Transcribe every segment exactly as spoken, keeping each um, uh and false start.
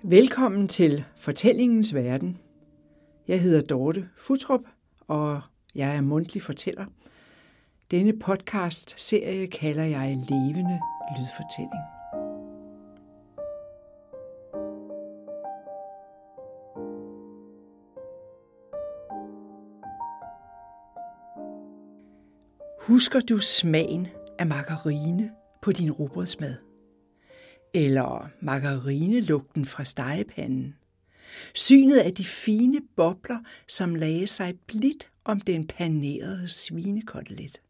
Velkommen til Fortællingens Verden. Jeg hedder Dorte Futtrup, og jeg er mundtlig fortæller. Denne podcast-serie kalder jeg Levende Lydfortælling. Husker du smagen af margarine på din rugbrødsmad? Eller margarinelugten fra stegepanden? Synet af de fine bobler, som lagde sig blidt om den panerede svinekotelet.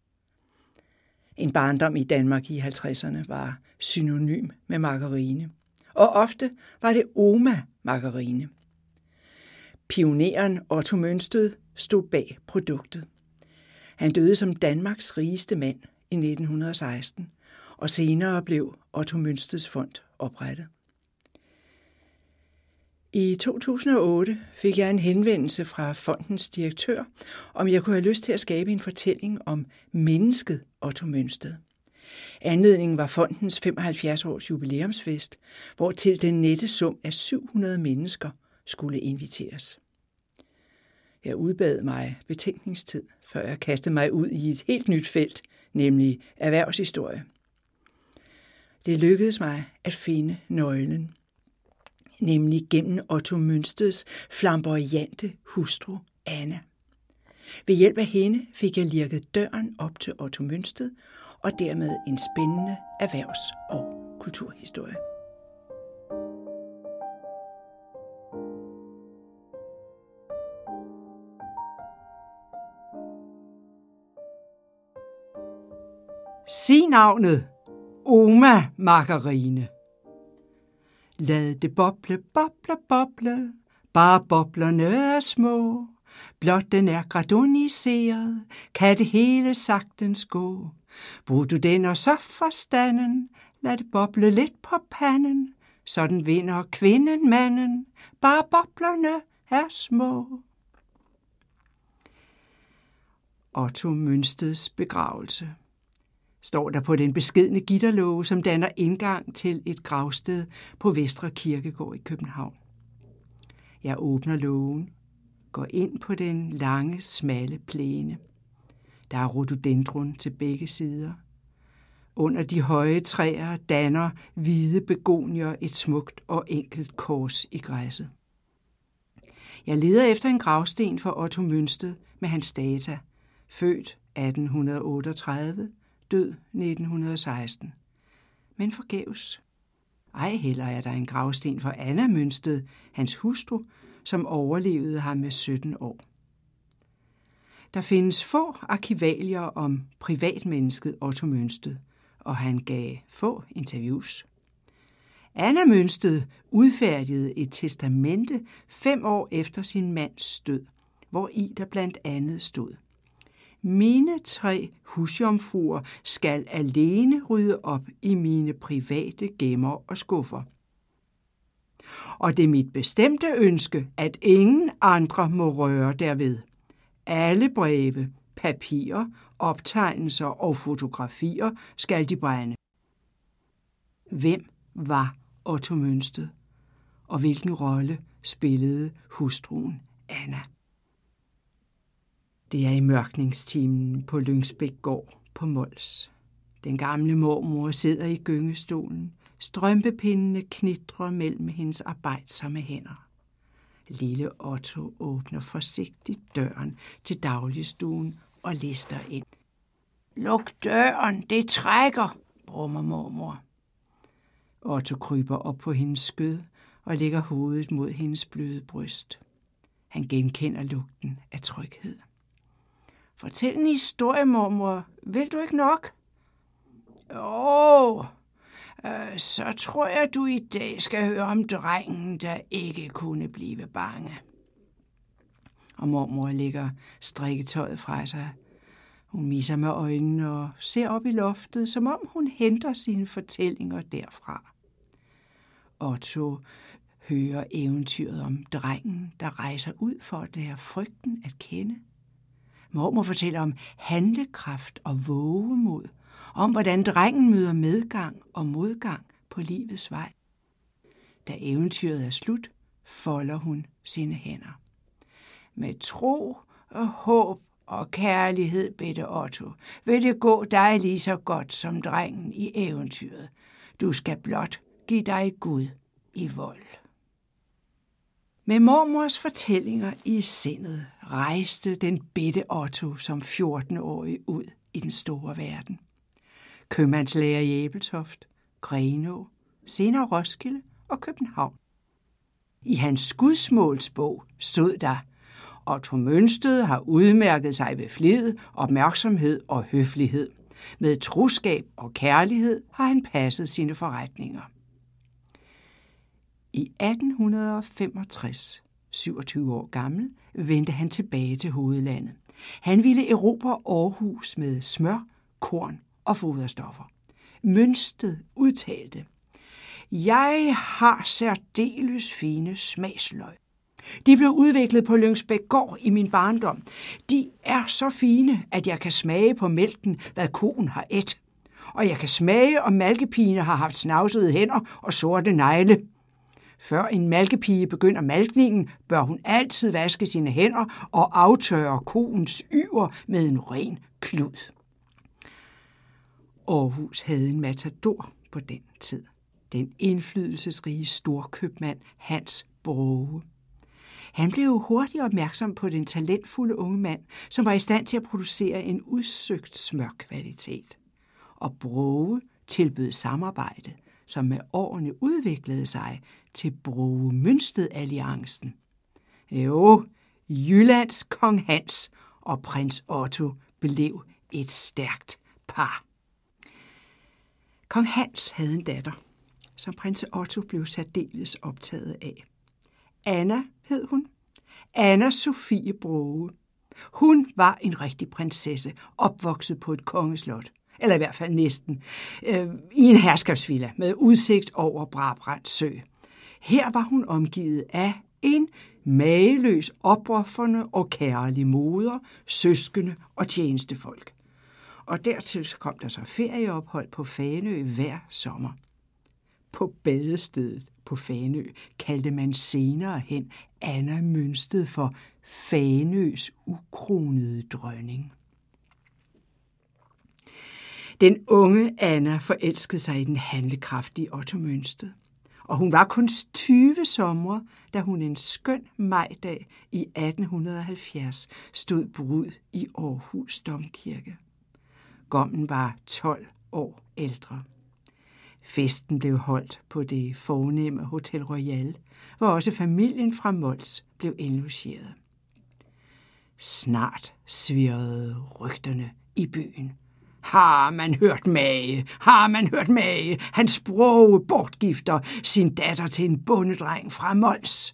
En barndom i Danmark i halvtredserne var synonym med margarine, og ofte var det Oma-margarine. Pioneren Otto Mønsted stod bag produktet. Han døde som Danmarks rigeste mand i nitten seksten, og senere blev Otto Mønsteds Fond oprettet. I to tusind og otte fik jeg en henvendelse fra fondens direktør, om jeg kunne have lyst til at skabe en fortælling om mennesket Otto Mønsted. Anledningen var fondens femoghalvfjerds års jubilæumsfest, hvor til den nette sum af syv hundrede mennesker skulle inviteres. Jeg udbad mig betænkningstid, før jeg kastede mig ud i et helt nyt felt, nemlig erhvervshistorie. Det lykkedes mig at finde nøglen, nemlig gennem Otto Mønsteds flamboyante hustru Anna. Ved hjælp af hende fik jeg lirket døren op til Otto Mønsted, og dermed en spændende erhvervs- og kulturhistorie. Sig navnet. Oma-margarine. Lad det boble, boble, boble, bare boblerne er små. Blot den er graduniseret, kan det hele sagtens gå. Brug du den og så forstanden, lad det boble lidt på panden. Sådan vinder kvinden manden, bare boblerne er små. Otto Mønsteds begravelse står der på den beskedne gitterlåge, som danner indgang til et gravsted på Vestre Kirkegård i København. Jeg åbner lågen, går ind på den lange, smalle plæne. Der er rhododendron til begge sider. Under de høje træer danner hvide begonier et smukt og enkelt kors i græsset. Jeg leder efter en gravsten for Otto Mønsted med hans data, født atten otteogtredive, død nitten seksten. Men forgæves. Ej heller er der en gravsten for Anna Mønsted, hans hustru, som overlevede ham med sytten år. Der findes få arkivalier om privatmennesket Otto Mønsted, og han gav få interviews. Anna Mønsted udfærdigede et testamente fem år efter sin mands død, hvor i der blandt andet stod: Mine tre husjomfruer skal alene rydde op i mine private gemmer og skuffer. Og det er mit bestemte ønske, at ingen andre må røre derved. Alle breve, papirer, optegnelser og fotografier skal de brænde. Hvem var Otto Mønsted, og hvilken rolle spillede hustruen Anna? Det er i mørkningstimen på Lyngsbæk gård på Mols. Den gamle mormor sidder i gyngestolen. Strømpepindene knitrer mellem hendes arbejdsomme hænder. Lille Otto åbner forsigtigt døren til dagligstuen og lister ind. Luk døren, det trækker, brummer mormor. Otto kryber op på hendes skød og lægger hovedet mod hendes bløde bryst. Han genkender lugten af tryghed. Fortæl en historie, mormor. Vil du ikke nok? Åh, øh, så tror jeg, du i dag skal høre om drengen, der ikke kunne blive bange. Og mormor lægger strikketøjet fra sig. Hun misser med øjnene og ser op i loftet, som om hun henter sine fortællinger derfra. Otto hører eventyret om drengen, der rejser ud for at lære frygten at kende. Mormor fortæller om handlekraft og vågemod, om hvordan drengen møder medgang og modgang på livets vej. Da eventyret er slut, folder hun sine hænder. Med tro og håb og kærlighed, Bette Otto, vil det gå dig lige så godt som drengen i eventyret. Du skal blot give dig Gud i vold. Med mormors fortællinger i sindet rejste den Bette Otto som fjorten-årig ud i den store verden. Købmandslærer i Ebeltoft, Grenaa, senere Roskilde og København. I hans skudsmålsbog stod der: Otto Mønsted har udmærket sig ved flid, opmærksomhed og høflighed. Med troskab og kærlighed har han passet sine forretninger. I atten femogtres, syvogtyve år gammel, vendte han tilbage til hovedlandet. Han ville erobre Aarhus med smør, korn og foderstoffer. Mønsted udtalte: Jeg har særdeles fine smagsløg. De blev udviklet på Lyngsbækgård i min barndom. De er så fine, at jeg kan smage på mælken, hvad koen har ædt. Og jeg kan smage, om malkepigene har haft snavsede hænder og sorte negle. Før en malkepige begynder malkningen, bør hun altid vaske sine hænder og aftørre koens yver med en ren klud. Aarhus havde en matador på den tid. Den indflydelsesrige storkøbmand Hans Broge. Han blev hurtigt opmærksom på den talentfulde unge mand, som var i stand til at producere en udsøgt smørkvalitet. Og Broge tilbød samarbejde, som med årene udviklede sig til Broge-Mønsted-alliancen. Jo, Jyllands kong Hans og prins Otto blev et stærkt par. Kong Hans havde en datter, som prins Otto blev særdeles optaget af. Anna hed hun. Anna Sophie Broge. Hun var en rigtig prinsesse, opvokset på et kongeslot, eller i hvert fald næsten, øh, i en herskabsvilla med udsigt over Brabrand Sø. Her var hun omgivet af en mageløs, opofrende og kærlig moder, søskende og tjenestefolk. Og dertil kom der så ferieophold på Fanø hver sommer. På badestedet på Fanø kaldte man senere hen Anna Mønsted for Fanøs ukronede dronning. Den unge Anna forelskede sig i den handlekraftige Otto Mønsted, og hun var kun tyve somre, da hun en skøn majdag i atten halvfjerds stod brud i Aarhus Domkirke. Gommen var tolv år ældre. Festen blev holdt på det fornemme Hotel Royal, hvor også familien fra Mols blev indlogeret. Snart svirrede rygterne i byen. Har man hørt mage? Har man hørt mage? Hans Broge bortgifter sin datter til en bondedreng fra Mols.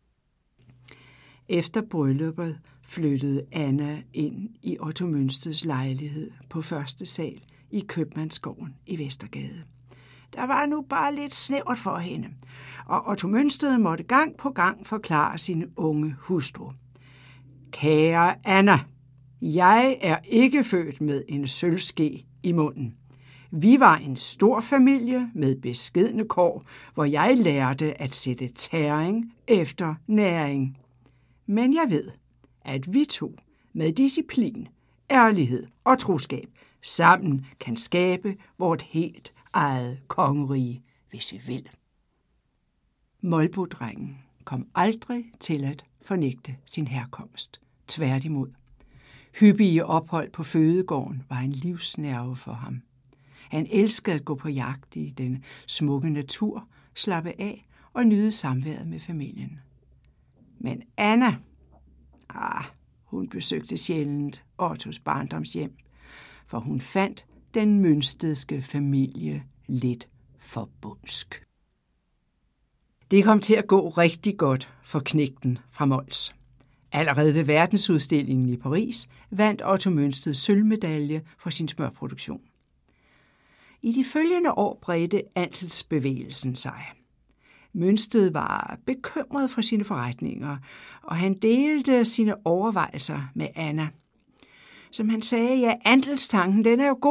Efter brylluppet flyttede Anna ind i Otto Mønsteds lejlighed på første sal i Købmandsgården i Vestergade. Der var nu bare lidt snævert for hende, og Otto Mønsted måtte gang på gang forklare sin unge hustru. Kære Anna, jeg er ikke født med en sølvske i munden. Vi var en stor familie med beskedne kår, hvor jeg lærte at sætte tæring efter næring. Men jeg ved, at vi to med disciplin, ærlighed og troskab sammen kan skabe vort helt eget kongerige, hvis vi vil. Molbo-drengen kom aldrig til at fornægte sin herkomst. Tværtimod. Hyppige ophold på fødegården var en livsnerve for ham. Han elskede at gå på jagt i den smukke natur, slappe af og nyde samværet med familien. Men Anna, ah, hun besøgte sjældent Ottos barndomshjem, for hun fandt den mønstedske familie lidt forbundsk. Det kom til at gå rigtig godt for knægten fra Mols. Allerede ved verdensudstillingen i Paris vandt Otto Mønsted sølvmedalje for sin smørproduktion. I de følgende år bredte andelsbevægelsen sig. Mønsted var bekymret for sine forretninger, og han delte sine overvejelser med Anna. Som han sagde, ja, andelstanken, den er jo god.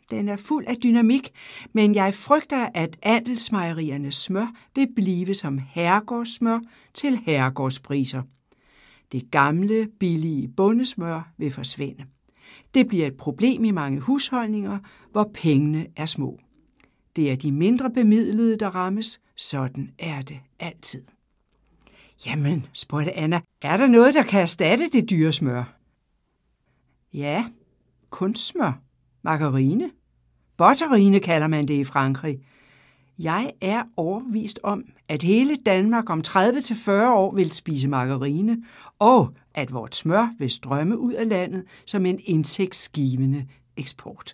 den er fuld af dynamik, men jeg frygter, at andelsmejeriernes smør vil blive som herregårdssmør til herregårdspriser. Det gamle, billige bondesmør vil forsvinde. Det bliver et problem i mange husholdninger, hvor pengene er små. Det er de mindre bemidlede, der rammes. Sådan er det altid. Jamen, spurgte Anna, er der noget, der kan erstatte det dyre smør? Ja, kunstsmør, margarine. Botterine kalder man det i Frankrig. Jeg er overbevist om, at hele Danmark om tredive til fyrre år vil spise margarine, og at vort smør vil strømme ud af landet som en indtægtsgivende eksport.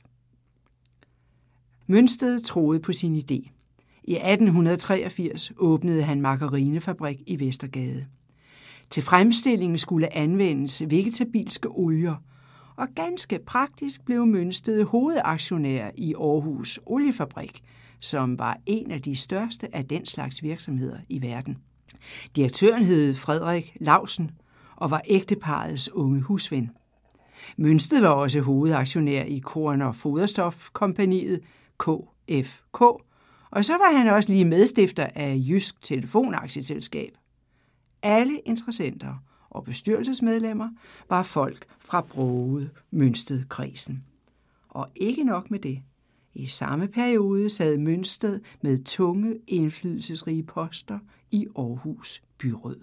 Mønsted troede på sin idé. I atten treogfirs åbnede han margarinefabrik i Vestergade. Til fremstillingen skulle anvendes vegetabilske olier, og ganske praktisk blev Mønsted hovedaktionær i Aarhus Oliefabrik, som var en af de største af den slags virksomheder i verden. Direktøren hed Frederik Lausen og var ægteparrets unge husven. Mønsted var også hovedaktionær i Korn- og Foderstofkompagniet K F K, og så var han også lige medstifter af Jysk Telefonaktieselskab. Alle interessenter og bestyrelsesmedlemmer var folk fra broget Mønsted-kredsen. Og ikke nok med det. I samme periode sad Mønsted med tunge, indflydelsesrige poster i Aarhus Byråd.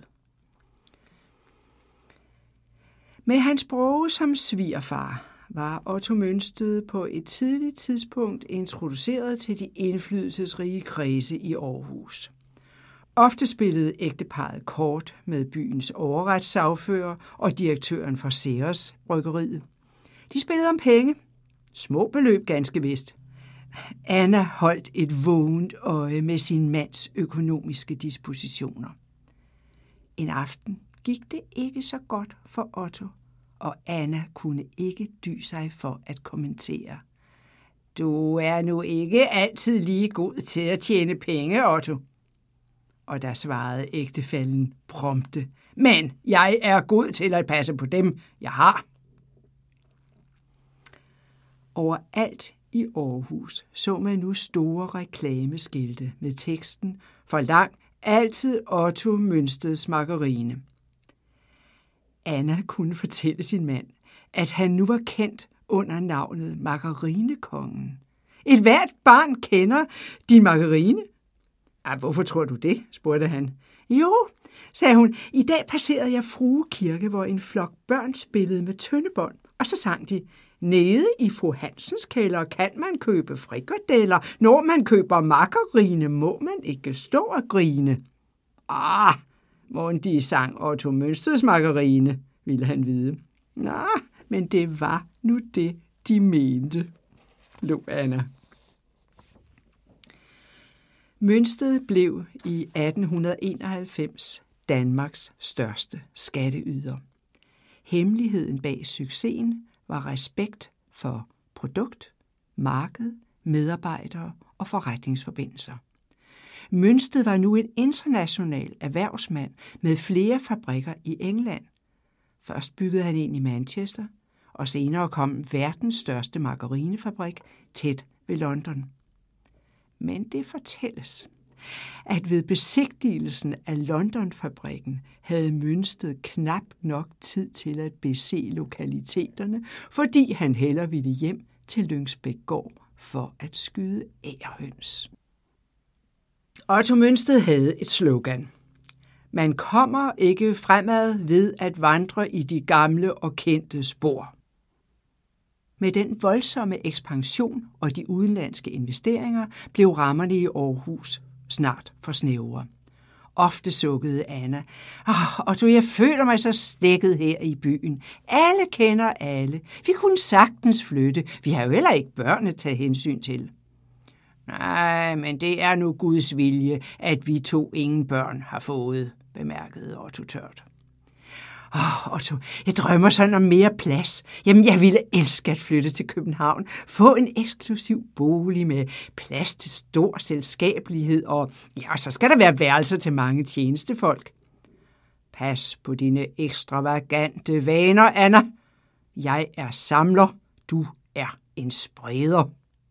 Med Hans Broge som svigerfar var Otto Mønsted på et tidligt tidspunkt introduceret til de indflydelsesrige kredse i Aarhus. Ofte spillede ægteparret kort med byens overretssagfører og direktøren for Ceres bryggeriet. De spillede om penge. Små beløb ganske vist. Anna holdt et vågent øje med sin mands økonomiske dispositioner. En aften gik det ikke så godt for Otto, og Anna kunne ikke dy sig for at kommentere. Du er nu ikke altid lige god til at tjene penge, Otto. Og der svarede ægtefællen prompte, men jeg er god til at passe på dem, jeg har. Overalt i Aarhus så man nu store reklameskilte med teksten "Forlang altid Otto Mønsteds margarine". Anna kunne fortælle sin mand, at han nu var kendt under navnet Margarinekongen. Et hvert barn kender din margarine. Ah, hvorfor tror du det? Spurgte han. Jo, sagde hun, i dag passerede jeg Frue Kirke, hvor en flok børn spillede med tøndebånd, og så sang de: Nede i fru Hansens kælder kan man købe frikadeller. Når man køber margarine, må man ikke stå og grine. Ah, mon de sang Otto Mønsteds margarine, ville han vide. Nå, men det var nu det, de mente, lå Anna. Mønsted blev i atten enoghalvfems Danmarks største skatteyder. Hemmeligheden bag succesen var respekt for produkt, marked, medarbejdere og forretningsforbindelser. Mønsted var nu en international erhvervsmand med flere fabrikker i England. Først byggede han en i Manchester, og senere kom verdens største margarinefabrik tæt ved London. Men det fortælles, at ved besigtigelsen af London-fabrikken havde Mønsted knap nok tid til at bese lokaliteterne, fordi han hellere ville hjem til Lyngsbækgård for at skyde agerhøns. Otto Mønsted havde et slogan. Man kommer ikke fremad ved at vandre i de gamle og kendte spor. Med den voldsomme ekspansion og de udenlandske investeringer blev rammerne i Aarhus snart for snævre. Ofte sukkede Anna. Åh, Otto, jeg føler mig så stækket her i byen. Alle kender alle. Vi kunne sagtens flytte. Vi har jo heller ikke børn at tage hensyn til. Nej, men det er nu Guds vilje, at vi to ingen børn har fået, bemærkede Otto tørt. Åh, Otto, jeg drømmer sådan om mere plads. Jamen, jeg ville elske at flytte til København. Få en eksklusiv bolig med plads til stor selskabelighed, og ja, så skal der være værelser til mange tjenestefolk. Pas på dine ekstravagante vaner, Anna. Jeg er samler, du er en spreder.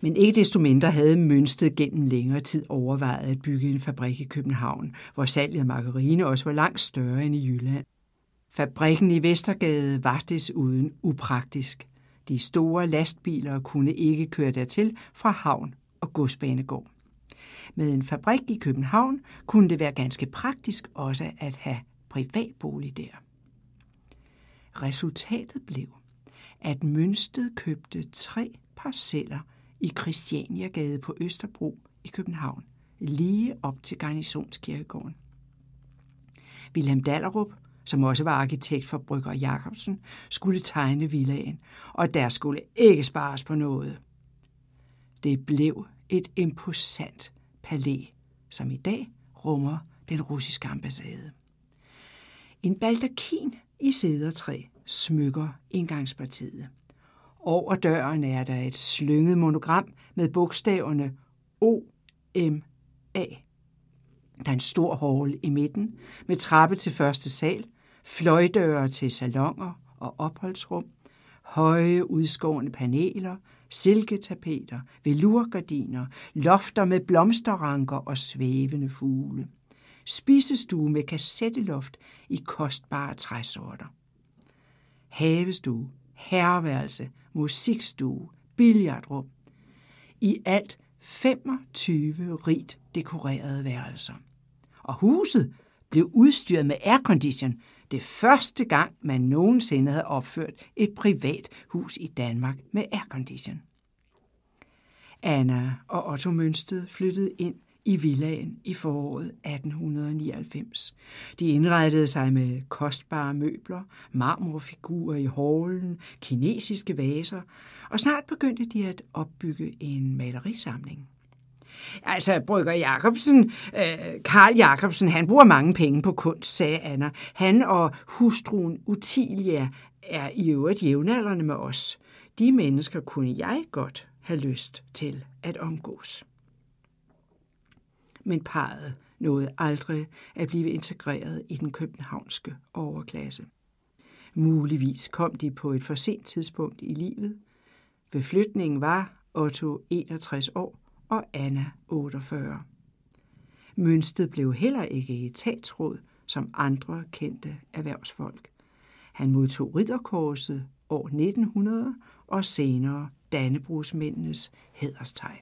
Men ikke desto mindre havde Mønsted gennem længere tid overvejet at bygge en fabrik i København, hvor salget af margarine også var langt større end i Jylland. Fabrikken i Vestergade var desuden upraktisk. De store lastbiler kunne ikke køre dertil fra havn og godsbanegård. Med en fabrik i København kunne det være ganske praktisk også at have privatbolig der. Resultatet blev, at Mønsted købte tre parceller i Christianiagade på Østerbro i København, lige op til Garnisonskirkegården. Vilhelm Dahlerup, som også var arkitekt for Brøgger Jacobsen, skulle tegne villaen, og der skulle ikke spares på noget. Det blev et imposant palæ, som i dag rummer den russiske ambassade. En baldakin i cedertræ smykker indgangspartiet. Over døren er der et slynget monogram med bogstaverne O M A. Der er en stor hall i midten med trappe til første sal, fløjdøre til salonger og opholdsrum, høje udskårne paneler, silketapeter, velurgardiner, lofter med blomsterranker og svævende fugle. Spisestue med kassetteloft i kostbare træsorter. Havestue, herreværelse, musikstue, billardrum. I alt femogtyve rigt dekorerede værelser. Og huset blev udstyret med aircondition, det første gang man nogensinde havde opført et privat hus i Danmark med aircondition. Anna og Otto Mønsted flyttede ind i villaen i foråret atten nioghalvfems. De indrettede sig med kostbare møbler, marmorfigurer i hallen, kinesiske vaser, og snart begyndte de at opbygge en malerisamling. Altså, Brøgger Jacobsen, øh, Carl Jacobsen, han bruger mange penge på kunst, sagde Anna. Han og hustruen Utilia er i øvrigt jævnaldrende med os. De mennesker kunne jeg godt have lyst til at omgås. Men parret nåede aldrig at blive integreret i den københavnske overklasse. Muligvis kom de på et for sent tidspunkt i livet. Ved flytningen var Otto enogtres år og Anna otteogfyrre. Mønsted blev heller ikke etatsråd som andre kendte erhvervsfolk. Han modtog ridderkorset år nitten hundrede og senere Dannebrogsmændenes hæderstegn.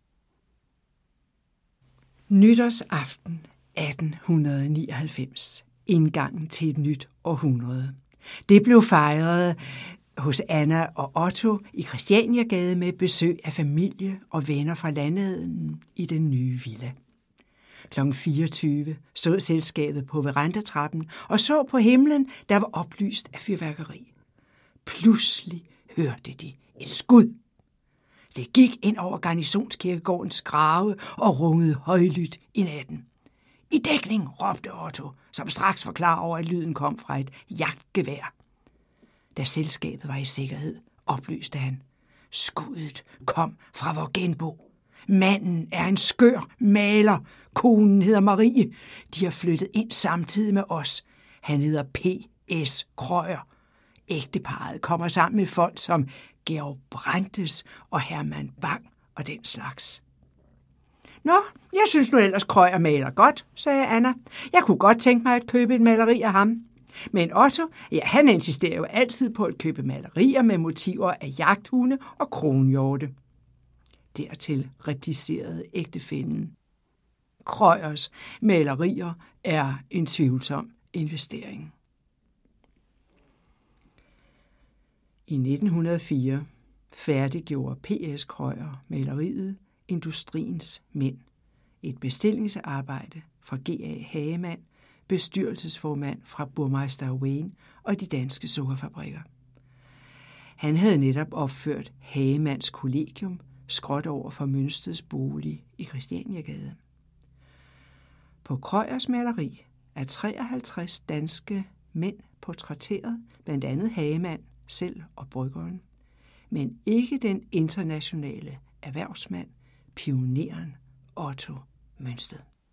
Nytårsaften atten nioghalvfems. Indgangen til et nyt århundrede. Det blev fejret hos Anna og Otto i Christianiagade med besøg af familie og venner fra landadelen i den nye villa. klokken fireogtyve stod selskabet på verandatrappen og så på himlen, der var oplyst af fyrværkeri. Pludselig hørte de et skud. Det gik ind over Garnisonskirkegårdens grave og rungede højlydt i natten. I dækning, råbte Otto, som straks var klar over, at lyden kom fra et jagtgevær. Da selskabet var i sikkerhed, oplyste han. Skuddet kom fra vor genbo. Manden er en skør maler. Konen hedder Marie. De har flyttet ind samtidig med os. Han hedder P S Krøyer. Ægteparret kommer sammen med folk som Georg Brandes og Herman Bang og den slags. Nå, jeg synes nu ellers Krøyer maler godt, sagde Anna. Jeg kunne godt tænke mig at købe et maleri af ham. Men Otto, ja, han insisterer jo altid på at købe malerier med motiver af jagthunde og kronhjorte. Dertil replicerede ægtefællen. Krøyers malerier er en tvivlsom investering. I nitten hundrede og fire færdiggjorde P S Krøyer maleriet Industriens Mænd, et bestillingsarbejde fra G A Hagemann, bestyrelsesformand fra Burmeister Wayne og de danske sukkerfabrikker. Han havde netop opført Hagemanns kollegium skråt over for Mønsteds bolig i Christianiagade. På Krøyers maleri er treoghalvtreds danske mænd portrætteret, blandt andet Hagemann selv og bryggeren, men ikke den internationale erhvervsmand, pioneren Otto Mønsted.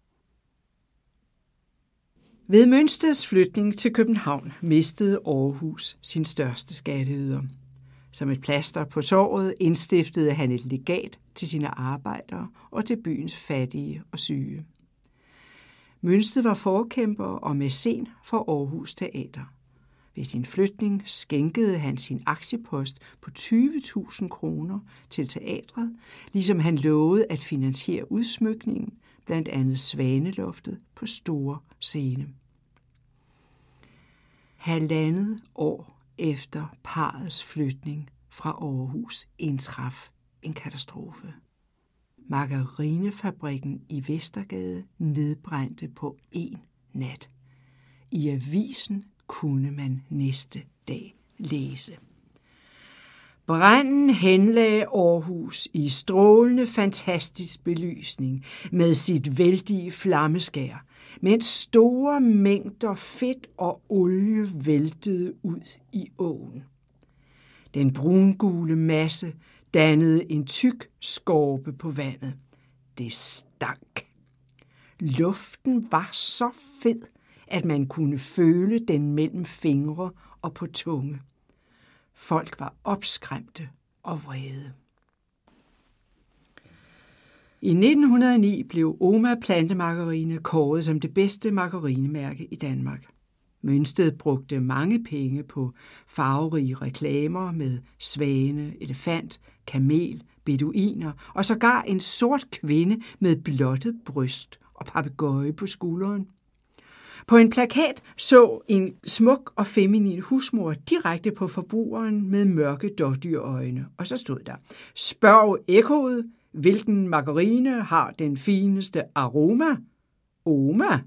Ved Mønsteds flytning til København mistede Aarhus sin største skatteyder. Som et plaster på såret indstiftede han et legat til sine arbejdere og til byens fattige og syge. Mønsted var forkæmper og mæcen for Aarhus Teater. Ved sin flytning skænkede han sin aktiepost på tyve tusind kroner til teatret, ligesom han lovede at finansiere udsmykningen, blandt andet Svaneloftet på Store Scene. Halvandet år efter parrets flytning fra Aarhus indtraf en katastrofe. Margarinefabrikken i Vestergade nedbrændte på én nat. I avisen kunne man næste dag læse: Branden henlagde Aarhus i strålende fantastisk belysning med sit vældige flammeskær, mens store mængder fedt og olie væltede ud i åen. Den brungule masse dannede en tyk skorpe på vandet. Det stank. Luften var så fed, at man kunne føle den mellem fingre og på tunge. Folk var opskræmte og vrede. I nitten hundrede og ni blev Oma Plantemargarine kåret som det bedste margarinemærke i Danmark. Mønsted brugte mange penge på farverige reklamer med svane, elefant, kamel, beduiner og sågar en sort kvinde med blottet bryst og papegøje på skulderen. På en plakat så en smuk og feminin husmor direkte på forbrugeren med mørke dårdyrøjne, og så stod der: Spørg ekkoet, hvilken margarine har den fineste aroma? Oma.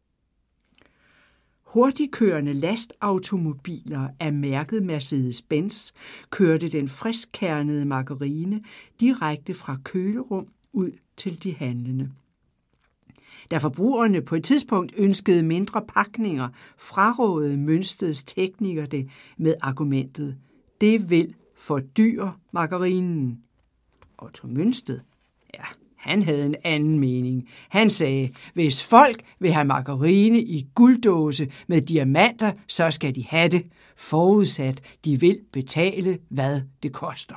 Hurtigkørende lastautomobiler af mærket Mercedes-Benz kørte den friskkernede margarine direkte fra kølerum ud til de handlende. Da forbrugerne på et tidspunkt ønskede mindre pakninger, frarådede Mønsteds teknikere det med argumentet: det vil fordyre margarinen. Otto Mønsted, ja, han havde en anden mening. Han sagde: hvis folk vil have margarine i gulddåse med diamanter, så skal de have det, forudsat de vil betale, hvad det koster.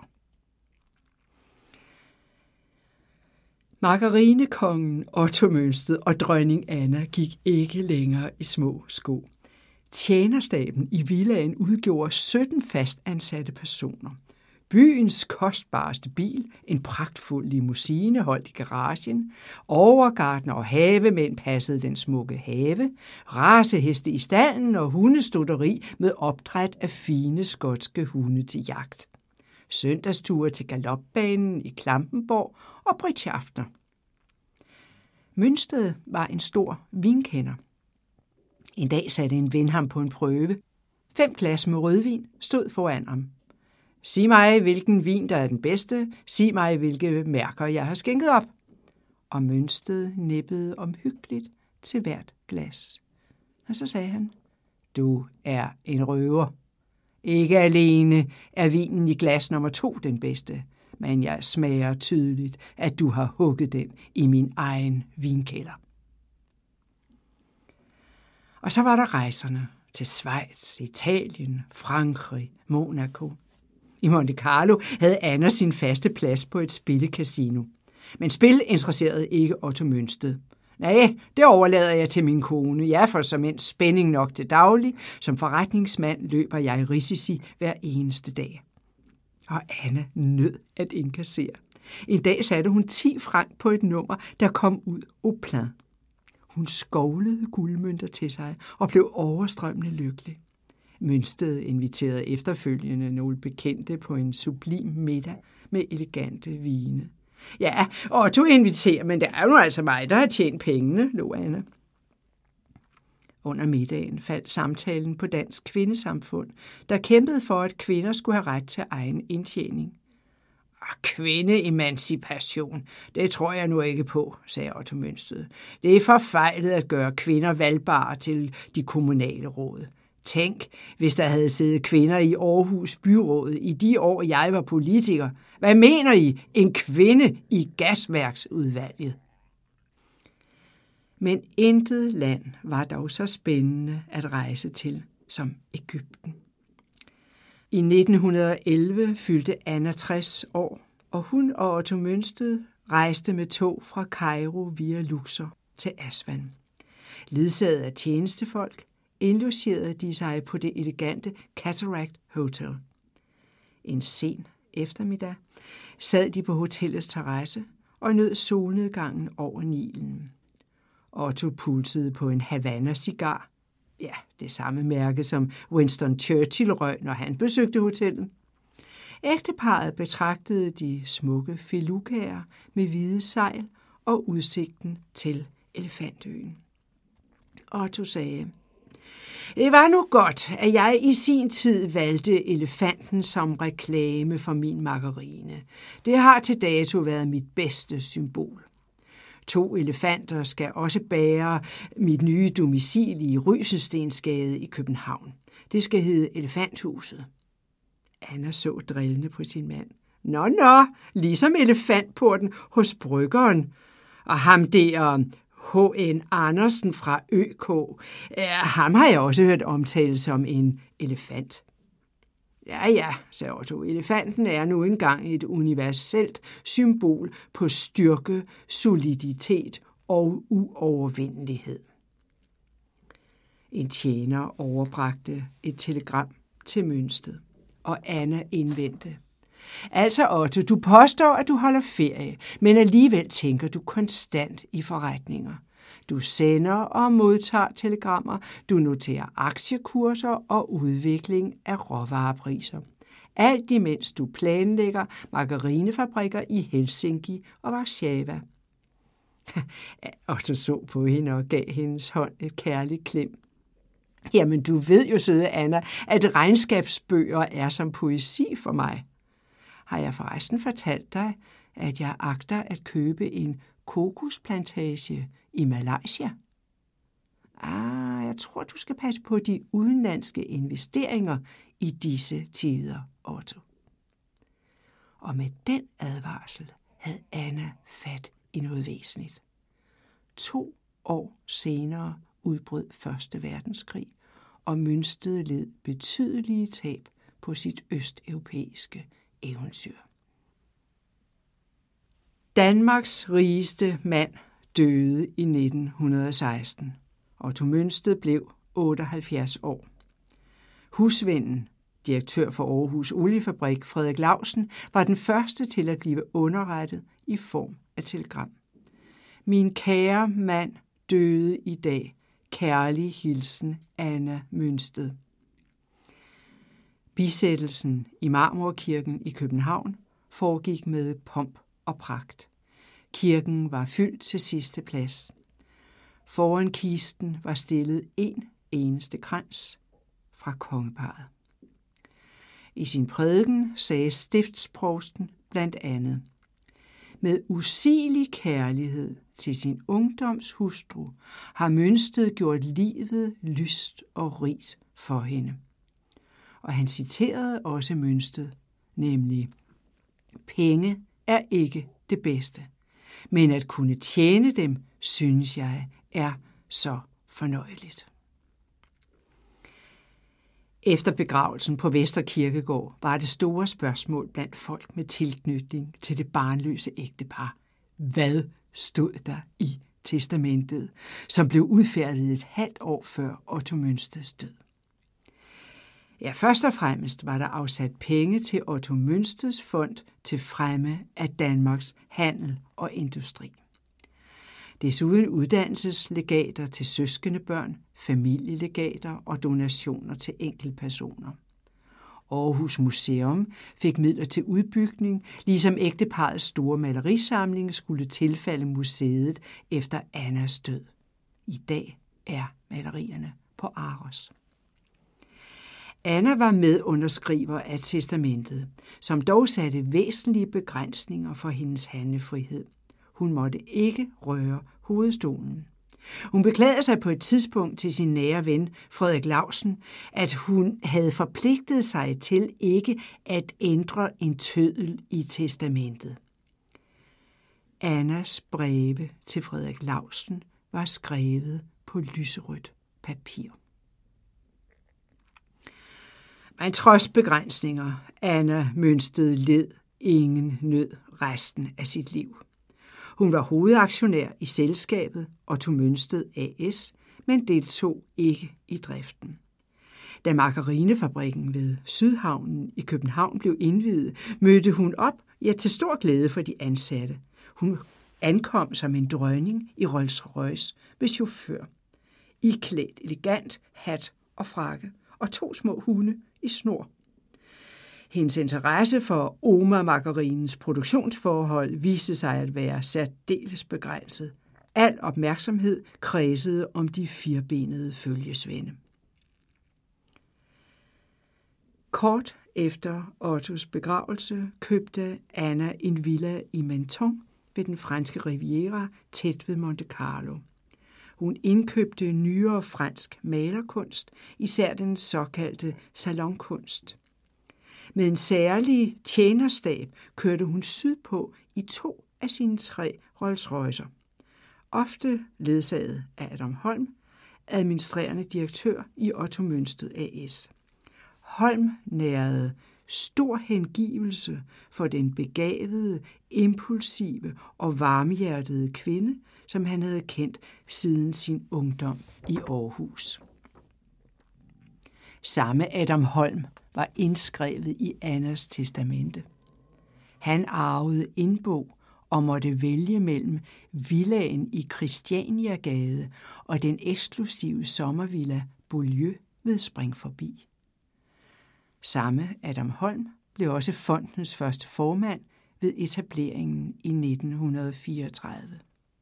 Margarinekongen Otto Mønsted og dronning Anna gik ikke længere i små sko. Tjenerstaben i villaen udgjorde sytten fastansatte personer. Byens kostbareste bil, en pragtfuld limousine holdt i garagen, overgartner og havemænd passede den smukke have, raceheste i stallen og hundestuteri med opdræt af fine skotske hunde til jagt. Søndagsture til galopbanen i Klampenborg og bridgeaftener. Mønsted var en stor vinkender. En dag satte en ven ham på en prøve. Fem glas med rødvin stod foran ham. Sig mig, hvilken vin, der er den bedste. Sig mig, hvilke mærker, jeg har skænket op. Og Mønsted nippede omhyggeligt til hvert glas. Og så sagde han: du er en røver. Ikke alene er vinen i glas nummer to den bedste, men jeg smager tydeligt, at du har hugget den i min egen vinkælder. Og så var der rejserne til Schweiz, Italien, Frankrig, Monaco. I Monte Carlo havde Anna sin faste plads på et spillecasino. Men spil interesserede ikke Otto Mønsted. Nej, det overlader jeg til min kone. Jeg får såmænd spænding nok til daglig. Som forretningsmand løber jeg risici hver eneste dag. Og Anna nød at indkassere. En dag satte hun ti franc på et nummer, der kom ud au plein. Hun skovlede guldmønter til sig og blev overstrømmende lykkelig. Mønsted inviterede efterfølgende nogle bekendte på en sublim middag med elegante vine. Ja, Otto inviterer, men det er jo altså mig, der har tjent pengene, lå Anna. Under middagen faldt samtalen på Dansk Kvindesamfund, der kæmpede for, at kvinder skulle have ret til egen indtjening. Kvindeemancipation, det tror jeg nu ikke på, sagde Otto Mønsted. Det er forfejlet at gøre kvinder valgbare til de kommunale råd. Tænk, hvis der havde siddet kvinder i Aarhus byråd i de år, jeg var politiker. Hvad mener I? En kvinde i gasværksudvalget? Men intet land var dog så spændende at rejse til som Egypten. I nitten elleve fyldte Anna tres år, og hun og Otto Mønsted rejste med tog fra Kairo via Luxor til Aswan. Ledsaget af tjenestefolk indlogerede de sig på det elegante Cataract Hotel. En sen eftermiddag sad de på hotellets terrasse og nød solnedgangen over Nilen. Otto pulsede på en Havana-cigar, ja, det samme mærke som Winston Churchill røg, når han besøgte hotellet. Ægteparret betragtede de smukke feluccaer med hvide sejl og udsigten til Elefantøen. Otto sagde: "Det var nu godt, at jeg i sin tid valgte elefanten som reklame for min margarine. Det har til dato været mit bedste symbol. To elefanter skal også bære mit nye domicil i Rysenstensgade i København. Det skal hedde Elefanthuset." Anna så drillende på sin mand. Nå, nå, ligesom elefantporten hos bryggeren. Og ham der H N Andersen fra Ø K, ham har jeg også hørt omtalt som en elefant. Ja, ja, sagde Otto. Elefanten er nu engang et universelt symbol på styrke, soliditet og uovervindelighed. En tjener overbragte et telegram til Mønsted, og Anna indvendte: "Altså Otto, du påstår, at du holder ferie, men alligevel tænker du konstant i forretninger. Du sender og modtager telegrammer, du noterer aktiekurser og udvikling af råvarepriser. Alt imens du planlægger margarinefabrikker i Helsinki og Warszawa." Otto så på hende og gav hendes hånd et kærligt klem. "Jamen, du ved jo, søde Anna, at regnskabsbøger er som poesi for mig. Har jeg forresten fortalt dig, at jeg agter at købe en kokosplantage i Malaysia?" Ah, jeg tror, du skal passe på de udenlandske investeringer i disse tider, Otto. Og med den advarsel havde Anna fat i noget væsentligt. To år senere udbrød Første Verdenskrig, og Mønsted led betydelige tab på sit østeuropæiske eventyr. Danmarks rigeste mand døde i nitten seksten. Otto Mønsted blev otteoghalvfjerds år. Husvennen, direktør for Aarhus Oliefabrik, Frederik Lausen, var den første til at blive underrettet i form af telegram. "Min kære mand døde i dag. Kærlig hilsen, Anna Mønsted." Bisættelsen i Marmorkirken i København foregik med pomp og pragt. Kirken var fyldt til sidste plads. Foran kisten var stillet en eneste krans fra kongeparret. I sin prædiken sagde stiftsprovsten blandt andet: "Med usigelig kærlighed til sin ungdoms hustru har Mønsted gjort livet lyst og rigt for hende." Og han citerede også Mønsted, nemlig: "Penge er ikke det bedste, men at kunne tjene dem, synes jeg, er så fornøjeligt." Efter begravelsen på Vestre Kirkegård var det store spørgsmål blandt folk med tilknytning til det barnløse ægtepar: hvad stod der i testamentet, som blev udfærdiget et halvt år før Otto Mønsteds død? Ja, først og fremmest var der afsat penge til Otto Mønsteds fond til fremme af Danmarks handel og industri. Desuden uddannelseslegater til søskendebørn, familielegater og donationer til enkeltpersoner. Aarhus Museum fik midler til udbygning, ligesom ægteparets store malerisamling skulle tilfalde museet efter Annas død. I dag er malerierne på Aros. Anna var medunderskriver af testamentet, som dog satte væsentlige begrænsninger for hendes handlefrihed. Hun måtte ikke røre hovedstolen. Hun beklagede sig på et tidspunkt til sin nære ven, Frederik Lausen, at hun havde forpligtet sig til ikke at ændre en tøddel i testamentet. Annas breve til Frederik Lausen var skrevet på lyserødt papir. Men trods begrænsninger, Anna Mønsted led ingen nød resten af sit liv. Hun var hovedaktionær i selskabet Otto Mønsted A S, men deltog ikke i driften. Da margarinefabrikken ved Sydhavnen i København blev indviet, mødte hun op, ja, til stor glæde for de ansatte. Hun ankom som en dronning i Rolls-Royce med chauffør, iklædt elegant hat og frakke og to små hunde i snor. Hendes interesse for Oma-margarinens produktionsforhold viste sig at være særdeles begrænset. Al opmærksomhed kredsede om de firbenede følgesvende. Kort efter Ottos begravelse købte Anna en villa i Menton ved den franske Riviera tæt ved Monte Carlo. Hun indkøbte nyere fransk malerkunst, især den såkaldte salonkunst. Med en særlig tjenerstab kørte hun sydpå i to af sine tre Rolls-Roycer. Ofte ledsaget af Adam Holm, administrerende direktør i Otto Mønsted A S. Holm nærede stor hengivelse for den begavede, impulsive og varmhjertede kvinde, som han havde kendt siden sin ungdom i Aarhus. Samme Adam Holm var indskrevet i Annas testamente. Han arvede indbo og måtte vælge mellem villaen i Christianiagade og den eksklusive sommervilla Beaulieu ved Springforbi. Samme Adam Holm blev også fondens første formand ved etableringen i nitten fireogtredive.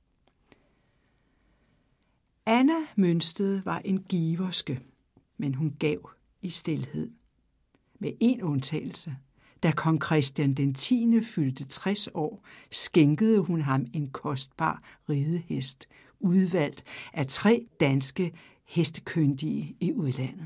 Anna Mønsted var en giverske, men hun gav i stilhed. Med en undtagelse. Da kong Christian den tiende fyldte tres år, skænkede hun ham en kostbar ridehest, udvalgt af tre danske hestekyndige i udlandet.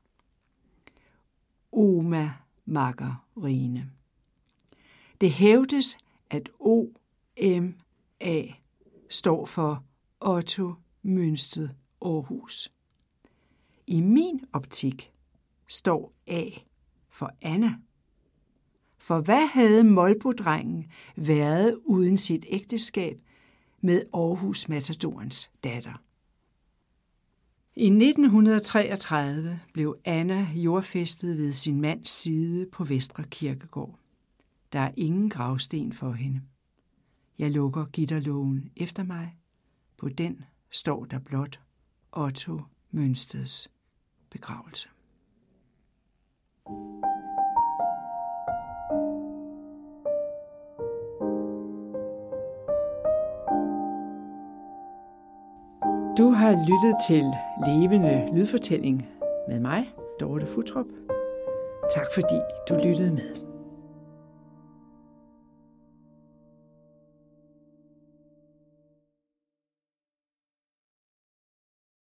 Oma-margarine. Det hævdes, at O M A står for Otto Mønsted Aarhus. I min optik står A for Anna. For hvad havde Molbo-drengen været uden sit ægteskab med Aarhus-matadorens datter? I nitten treogtredive blev Anna jordfæstet ved sin mands side på Vestre Kirkegård. Der er ingen gravsten for hende. Jeg lukker gitterlågen efter mig. På den står der blot Otto Mønsteds begravelse. Du har lyttet til Levende Lydfortælling med mig, Dorte Futtrup. Tak fordi du lyttede med.